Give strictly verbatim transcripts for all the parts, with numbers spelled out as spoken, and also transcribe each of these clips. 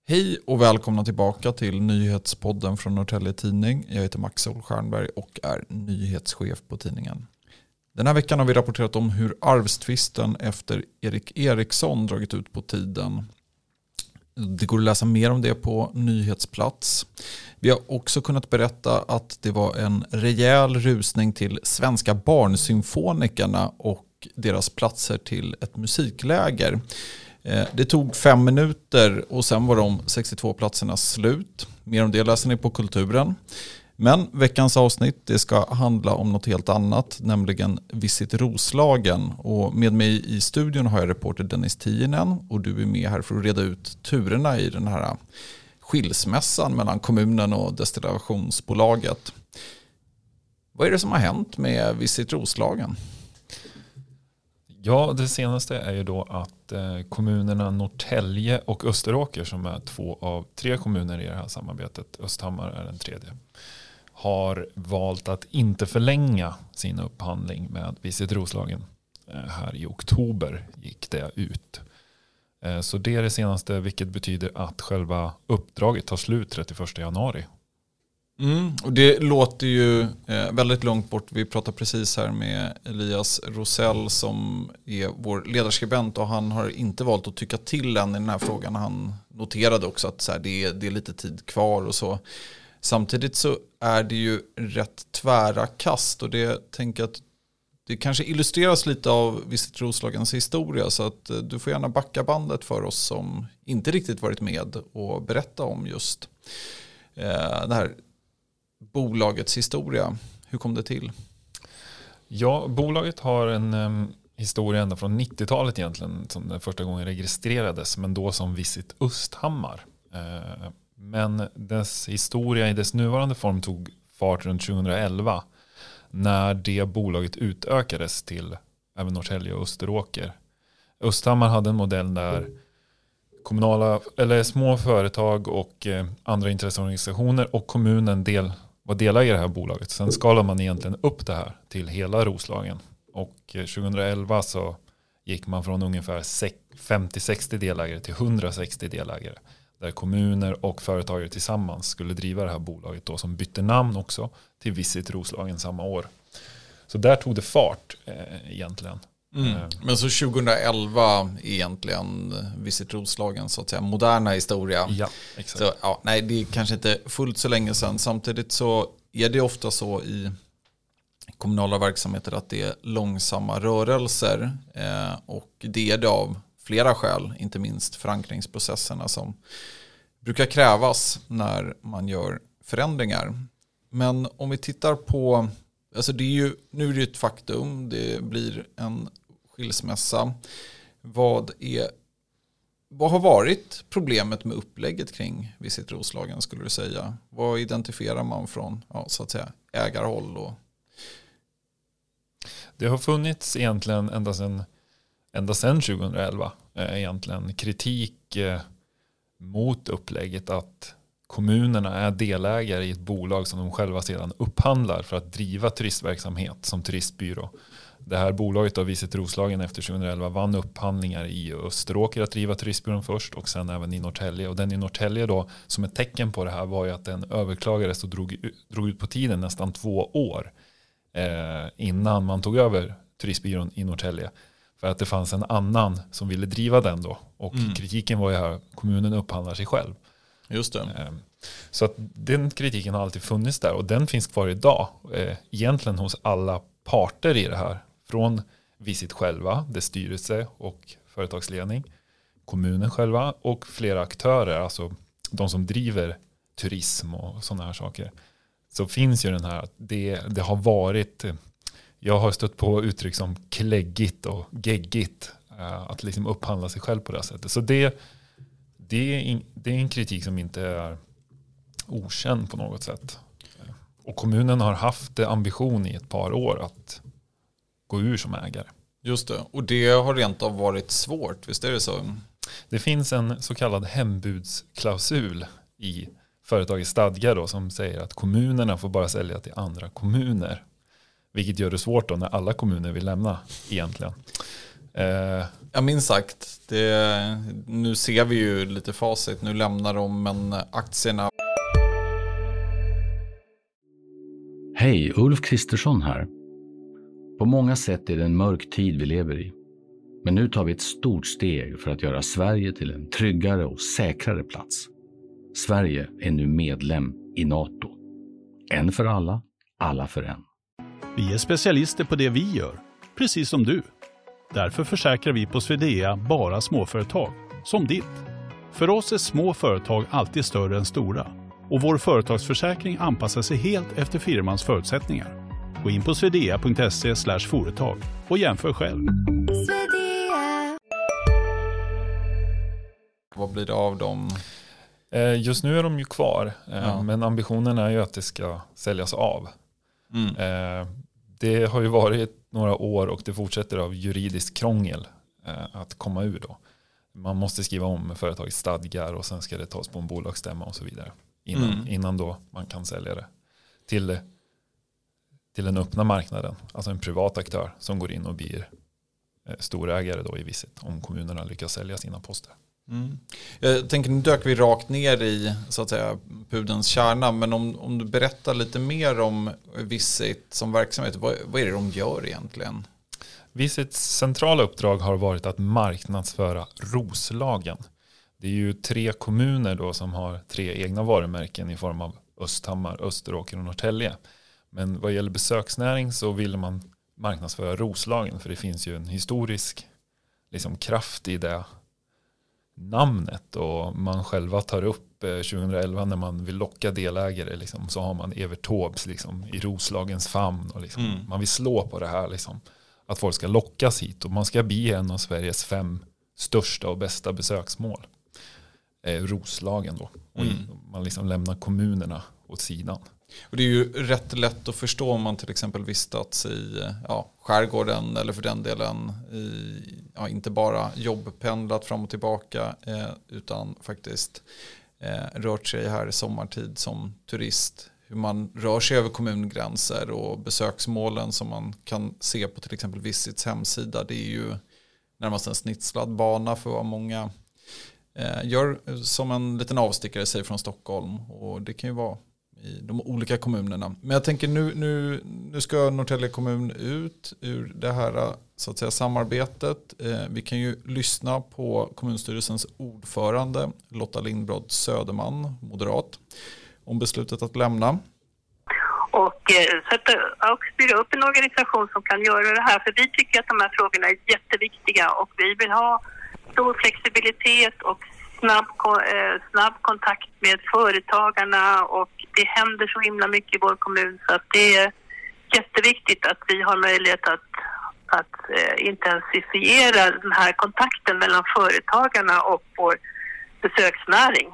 Hej och välkomna tillbaka till nyhetspodden från Norrtälje Tidning. Jag heter Max Solstjernberg och är nyhetschef på tidningen. Den här veckan har vi rapporterat om hur arvstvisten efter Erik Eriksson dragit ut på tiden. Det går att läsa mer om det på Nyhetsplats. Vi har också kunnat berätta att det var en rejäl rusning till Svenska barnsymfonikerna och deras platser till ett musikläger. Det tog fem minuter och sen var de sextiotvå platserna slut. Mer om det läser ni på Kulturen. Men veckans avsnitt det ska handla om något helt annat, nämligen Visit Roslagen. Och med mig i studion har jag reporter Dennis Tienen och du är med här för att reda ut turerna i den här skilsmässan mellan kommunen och destinationsbolaget. Vad är det som har hänt med Visit Roslagen? Ja, det senaste är ju då att eh, kommunerna Norrtälje och Österåker, som är två av tre kommuner i det här samarbetet, Östhammar är den tredje, har valt att inte förlänga sin upphandling med Visit Roslagen. Eh, här i oktober gick det ut. Eh, så det är det senaste, vilket betyder att själva uppdraget tar slut trettioförsta januari. Mm, och det låter ju eh, väldigt långt bort. Vi pratar precis här med Elias Rosell som är vår ledarskribent och han har inte valt att tycka till än i den här frågan. Han noterade också att så här, det, är, det är lite tid kvar och så. Samtidigt så är det ju rätt tvära kast och det tänker att det kanske illustreras lite av Visit Roslagens historia, så att du får gärna backa bandet för oss som inte riktigt varit med och berätta om just eh, det här bolagets historia. Hur kom det till? Ja, bolaget har en um, historia ända från nittiotalet egentligen, som den första gången registrerades, men då som Visit Östhammar. Uh, men dess historia i dess nuvarande form tog fart runt tjugohundraelva när det bolaget utökades till även Norrtälje och Österåker. Östhammar hade en modell där kommunala eller små företag och eh, andra intresseorganisationer och kommunen del, var delar i det här bolaget. Sen skalade man egentligen upp det här till hela Roslagen. Och eh, tjugohundraelva så gick man från ungefär femtio sextio delägare till hundrasextio delägare. Där kommuner och företagare tillsammans skulle driva det här bolaget då, som bytte namn också till Visit Roslagen samma år. Så där tog det fart eh, egentligen. Mm. Men så tjugohundraelva egentligen Visit Roslagen så att säga moderna historia. Ja, exakt. Så, ja, nej, det är kanske inte fullt så länge sedan. Samtidigt så är det ofta så i kommunala verksamheter att det är långsamma rörelser eh, och det är det av flera skäl, inte minst förankringsprocesserna som brukar krävas när man gör förändringar. Men om vi tittar på, alltså det är ju, nu är det ett faktum, det blir en skilsmässa. Vad, är, vad har varit problemet med upplägget kring Visit Roslagen skulle du säga? Vad identifierar man från ja, så att säga, ägarhåll? Och... Det har funnits egentligen ända sedan, ända sedan tjugohundraelva eh, egentligen kritik eh, mot upplägget att kommunerna är delägare i ett bolag som de själva sedan upphandlar för att driva turistverksamhet som turistbyrå. Det här bolaget av Visit Roslagen efter tjugohundraelva vann upphandlingar i Österåker att driva turistbyrån först och sen även i Norrtälje. Och den i Norrtälje då, som ett tecken på det här var ju att den överklagades och drog, drog ut på tiden nästan två år eh, innan man tog över turistbyrån i Norrtälje. För att det fanns en annan som ville driva den då. Och mm. kritiken var ju här, kommunen upphandlar sig själv. Just det. Så att den kritiken har alltid funnits där och den finns kvar idag. Egentligen hos alla parter i det här. Från Visit själva, dess styrelse och företagsledning, kommunen själva och flera aktörer, alltså de som driver turism och sådana här saker. Så finns ju den här, det, det har varit, jag har stött på uttryck som kläggigt och geggigt, att liksom upphandla sig själv på det sättet. Så det Det är, in, det är en kritik som inte är okänd på något sätt. Och kommunen har haft ambition i ett par år att gå ur som ägare. Just det, och det har rent av varit svårt, visst är det så? Det finns en så kallad hembudsklausul i företagets stadgar då, som säger att kommunerna får bara sälja till andra kommuner. Vilket gör det svårt då när alla kommuner vill lämna egentligen. Eh, Ja, minst sagt. Det, nu ser vi ju lite facit. Nu lämnar de, men aktierna... Hej, Ulf Kristersson här. På många sätt är det en mörk tid vi lever i. Men nu tar vi ett stort steg för att göra Sverige till en tryggare och säkrare plats. Sverige är nu medlem i NATO. En för alla, alla för en. Vi är specialister på det vi gör, precis som du. Därför försäkrar vi på Swedea bara småföretag, som ditt. För oss är små företag alltid större än stora. Och vår företagsförsäkring anpassar sig helt efter firmans förutsättningar. Gå in på swedea punkt se slash företag och jämför själv. Vad blir det av dem? eh, just nu är de ju kvar, eh, Ja. men ambitionen är ju att det ska säljas av. Mm. Eh, det har ju varit några år och det fortsätter av juridiskt krångel eh, att komma ur då. Man måste skriva om företagets stadgar och sen ska det tas på en bolagsstämma och så vidare. Innan, Mm. innan då man kan sälja det till, till den öppna marknaden. Alltså en privat aktör som går in och blir eh, storägare då i Visit om kommunerna lyckas sälja sina poster. Mm. Jag tänker, nu dök vi rakt ner i så att säga pudelns kärna, men om, om du berättar lite mer om Visit som verksamhet, vad, vad är det de gör egentligen? Visits centrala uppdrag har varit att marknadsföra Roslagen. Det är ju tre kommuner då som har tre egna varumärken i form av Östhammar, Österåker och Norrtälje. Men vad gäller besöksnäring så vill man marknadsföra Roslagen, för det finns ju en historisk liksom, kraft i det namnet, och man själva tar upp eh, tjugoelva när man vill locka delägare liksom, så har man Evert Taubes liksom, i Roslagens famn och liksom, Mm. man vill slå på det här liksom, att folk ska lockas hit och man ska bli en av Sveriges fem största och bästa besöksmål, eh, Roslagen då, och Mm. man liksom lämnar kommunerna åt sidan. Och det är ju rätt lätt att förstå om man till exempel vistats i ja, skärgården eller för den delen i, ja, inte bara jobbpendlat fram och tillbaka eh, utan faktiskt eh, rört sig här sommartid som turist. Hur man rör sig över kommungränser och besöksmålen som man kan se på till exempel Visits hemsida. Det är ju närmast en snitslad bana för vad många eh, gör som en liten avstickare sig från Stockholm, och det kan ju vara i de olika kommunerna. Men jag tänker nu, nu, nu ska Norrtälje kommun ut ur det här så att säga samarbetet. Eh, vi kan ju lyssna på kommunstyrelsens ordförande Lotta Lindblad Söderman, moderat, om beslutet att lämna. Och eh, sätta, och bygga upp en organisation som kan göra det här. För vi tycker att de här frågorna är jätteviktiga och vi vill ha stor flexibilitet och snabb, eh, snabb kontakt med företagarna, och det händer så himla mycket i vår kommun så att det är jätteviktigt att vi har möjlighet att, att eh, intensifiera den här kontakten mellan företagarna och vår besöksnäring.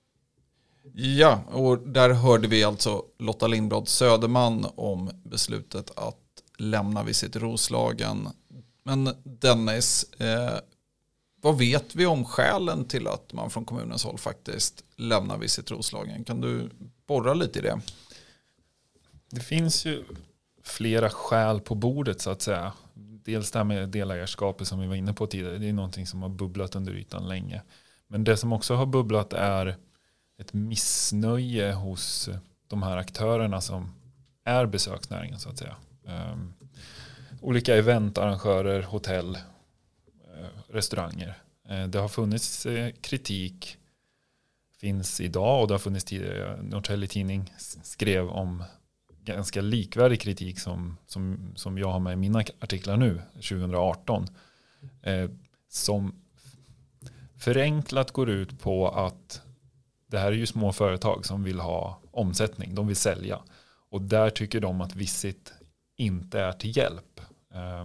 Ja, och där hörde vi alltså Lotta Lindblad Söderman om beslutet att lämna Visit Roslagen. Men Dennis, eh, vad vet vi om skälen till att man från kommunens håll faktiskt lämnar Visit Roslagen? Kan du borra lite i det? Det finns ju flera skäl på bordet så att säga. Dels det här med delägarskapet som vi var inne på tidigare. Det är någonting som har bubblat under ytan länge. Men det som också har bubblat är ett missnöje hos de här aktörerna som är besöksnäringen så att säga. Um, olika eventarrangörer, hotell, uh, restauranger. Uh, det har funnits uh, kritik, finns idag, och det har funnits tidigare. Norrtälje Tidning skrev om ganska likvärdig kritik som, som, som jag har med i mina artiklar nu, tjugo arton. Uh, som förenklat går ut på att det här är ju små företag som vill ha omsättning, de vill sälja. Och där tycker de att Visit inte är till hjälp. Eh,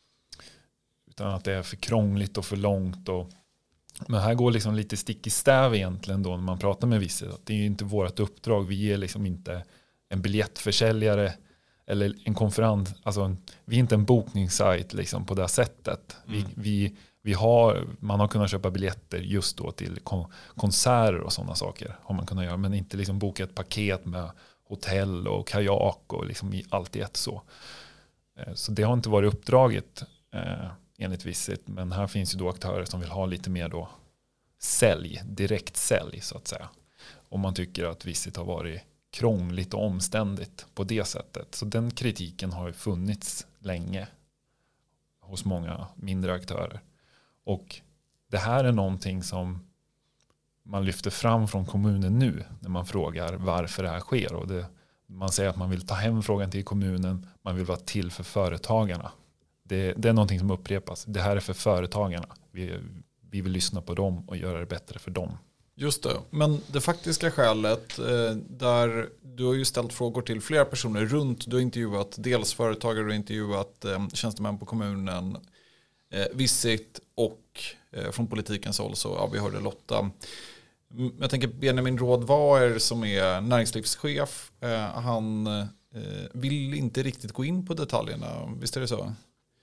utan att det är för krångligt och för långt. Och, men här går liksom lite stick i stäv egentligen då när man pratar med Visit. Att det är ju inte vårt uppdrag, vi ger liksom inte en biljettförsäljare eller en konferens. Alltså en, vi är inte en bokningssajt liksom på det sättet. Mm. Vi, vi Vi har, man har kunnat köpa biljetter just då till kon- konserter och sådana saker har man kunnat göra, men inte liksom boka ett paket med hotell och kajak och liksom i allt i ett så. Eh, så det har inte varit uppdraget eh, enligt Visit. Men här finns ju då aktörer som vill ha lite mer då sälj, direkt sälj så att säga. Om man tycker att Visit har varit krångligt och omständigt på det sättet. Så den kritiken har ju funnits länge hos många mindre aktörer. Och det här är någonting som man lyfter fram från kommunen nu när man frågar varför det här sker. Och det, man säger att man vill ta hem frågan till kommunen, man vill vara till för företagarna. Det, det är någonting som upprepas. Det här är för företagarna. Vi, vi vill lyssna på dem och göra det bättre för dem. Just det, men det faktiska skälet eh, där du har ju ställt frågor till flera personer runt. Du har intervjuat dels företagare, du har intervjuat eh, tjänstemän på kommunen, eh, Visit och eh, från politikens håll så ja, vi hörde Lotta. Jag tänker Benjamin Råd, vad är som är näringslivschef? Eh, han eh, vill inte riktigt gå in på detaljerna, visst är det så?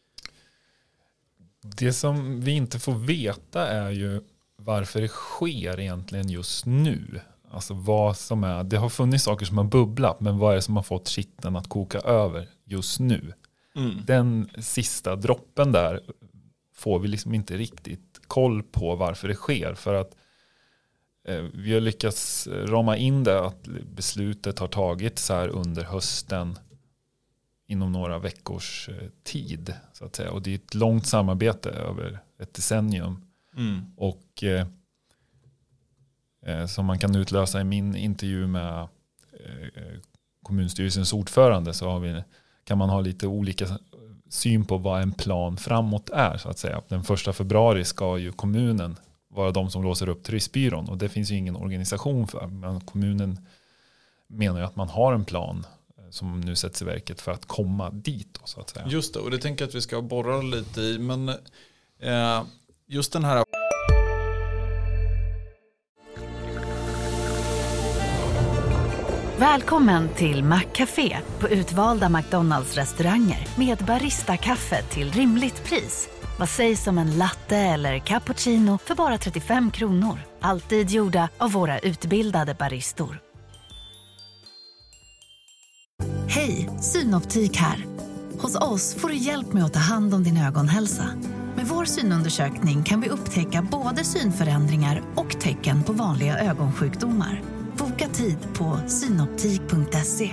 Det som vi inte får veta är ju varför det sker egentligen just nu. Alltså vad som är, det har funnits saker som har bubblat, men vad är det som har fått skitten att koka över just nu? Mm. Den sista droppen där får vi liksom inte riktigt koll på varför det sker. För att eh, vi har lyckats rama in det att beslutet har tagits så här under hösten inom några veckors eh, tid så att säga. Och det är ett långt samarbete över ett decennium. Mm. Och eh, eh, som man kan utlösa i min intervju med eh, kommunstyrelsens ordförande så har vi, kan man ha lite olika syn på vad en plan framåt är så att säga. Den första februari ska ju kommunen vara de som låser upp turistbyrån och det finns ju ingen organisation för, men kommunen menar ju att man har en plan som nu sätts i verket för att komma dit då, så att säga. Just det, och det tänker jag att vi ska borra lite i, men eh, just den här. Välkommen till Maccafé på utvalda McDonalds-restauranger med Barista-kaffe till rimligt pris. Vad sägs om en latte eller cappuccino för bara trettiofem kronor? Alltid gjorda av våra utbildade baristor. Hej, Synoptik här. Hos oss får du hjälp med att ta hand om din ögonhälsa. Med vår synundersökning kan vi upptäcka både synförändringar och tecken på vanliga ögonsjukdomar. Boka tid på synoptik punkt se.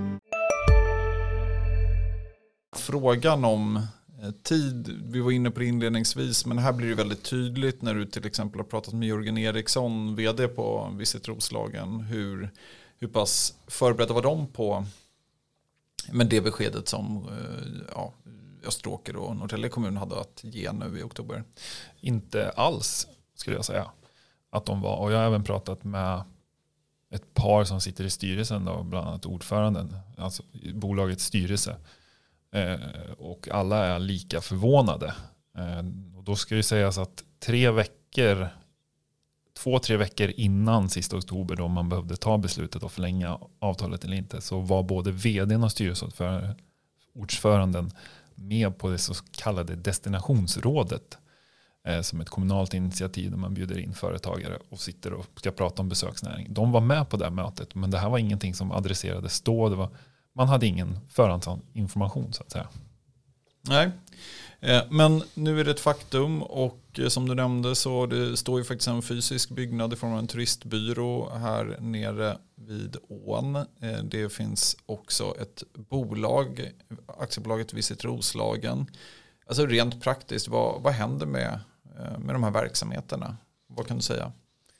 Frågan om tid, vi var inne på det inledningsvis, men här blir det väldigt tydligt när du till exempel har pratat med Jörgen Eriksson, vd på Visit Roslagen, hur, hur pass förberedda var de på men det beskedet som ja, Österåker och Norrtälje kommun hade att ge nu i oktober? Inte alls skulle jag säga att de var, och jag har även pratat med ett par som sitter i styrelsen då, bland annat ordföranden, alltså bolagets styrelse. Eh, och alla är lika förvånade. Eh, och då ska det sägas att tre veckor, två, tre veckor innan sista oktober då man behövde ta beslutet att förlänga avtalet eller inte, så var både vdn och styrelseordföranden med på det så kallade destinationsrådet. Som ett kommunalt initiativ där man bjuder in företagare och sitter och ska prata om besöksnäring. De var med på det här mötet, men det här var ingenting som adresserades då. Det var, man hade ingen förhandsinformation så att säga. Nej, men nu är det ett faktum och som du nämnde så det står ju faktiskt en fysisk byggnad i form av en turistbyrå här nere vid ån. Det finns också ett bolag, aktiebolaget Visit Roslagen. Alltså rent praktiskt, vad, vad händer med, med de här verksamheterna? Vad kan du säga?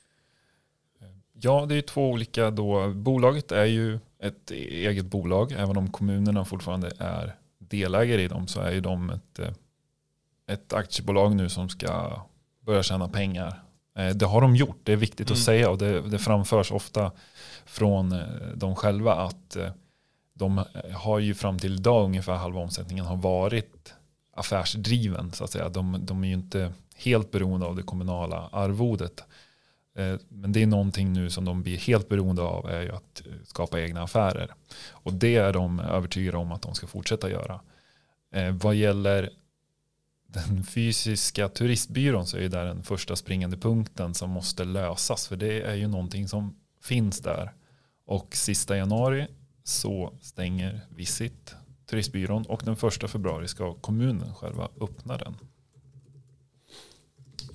Ja, det är två olika då. Bolaget är ju ett eget bolag. Även om kommunerna fortfarande är delägare i dem så är ju de ett, ett aktiebolag nu som ska börja tjäna pengar. Det har de gjort, det är viktigt mm. att säga. Och det, det framförs ofta från dem själva att de har ju fram till idag ungefär halva omsättningen har varit affärsdriven så att säga. De, de är ju inte helt beroende av det kommunala arvodet. Eh, men det är någonting nu som de blir helt beroende av är ju att skapa egna affärer. Och det är de övertygade om att de ska fortsätta göra. Eh, vad gäller den fysiska turistbyrån så är det den första springande punkten som måste lösas. För det är ju någonting som finns där. Och sista januari så stänger Visit turistbyrån och den första februari ska kommunen själva öppna den.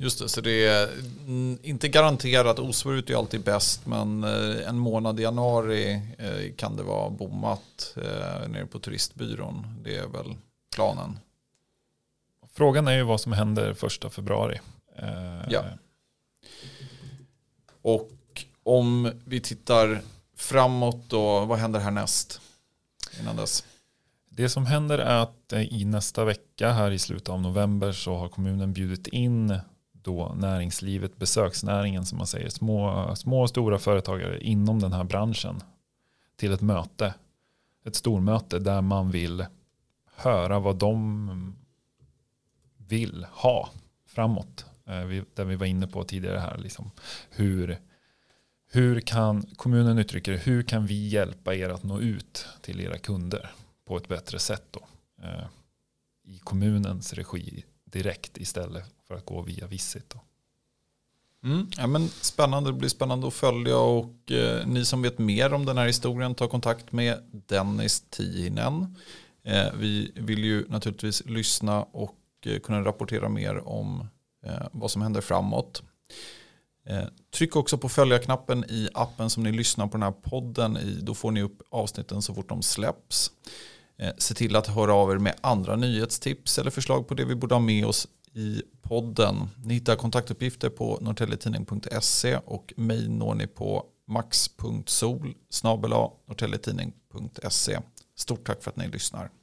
Just det, så det är inte garanterat. Osvuret är alltid bäst, men en månad i januari kan det vara bommat nere på turistbyrån. Det är väl planen. Frågan är ju vad som händer första februari. Ja. Och om vi tittar framåt då, vad händer härnäst innan dess? Det som händer är att i nästa vecka här i slutet av november så har kommunen bjudit in då näringslivet, besöksnäringen som man säger, små, små och stora företagare inom den här branschen till ett möte, ett stormöte där man vill höra vad de vill ha framåt. Där vi var inne på tidigare här, liksom, hur, hur kan kommunen uttrycka det, hur kan vi hjälpa er att nå ut till era kunder på ett bättre sätt då, eh, i kommunens regi direkt istället för att gå via Visit då. Mm, ja, men spännande, det blir spännande att följa, och eh, ni som vet mer om den här historien, ta kontakt med Dennis Tiinen. Eh, vi vill ju naturligtvis lyssna och eh, kunna rapportera mer om eh, vad som händer framåt. Eh, tryck också på följa-knappen i appen som ni lyssnar på den här podden i. Då får ni upp avsnitten så fort de släpps. Eh, se till att höra av er med andra nyhetstips eller förslag på det vi borde ha med oss i podden. Ni hittar kontaktuppgifter på norrtelletidning punkt se och mig når ni på max punkt sol snabel-a norrtelletidning punkt se. Stort tack för att ni lyssnar.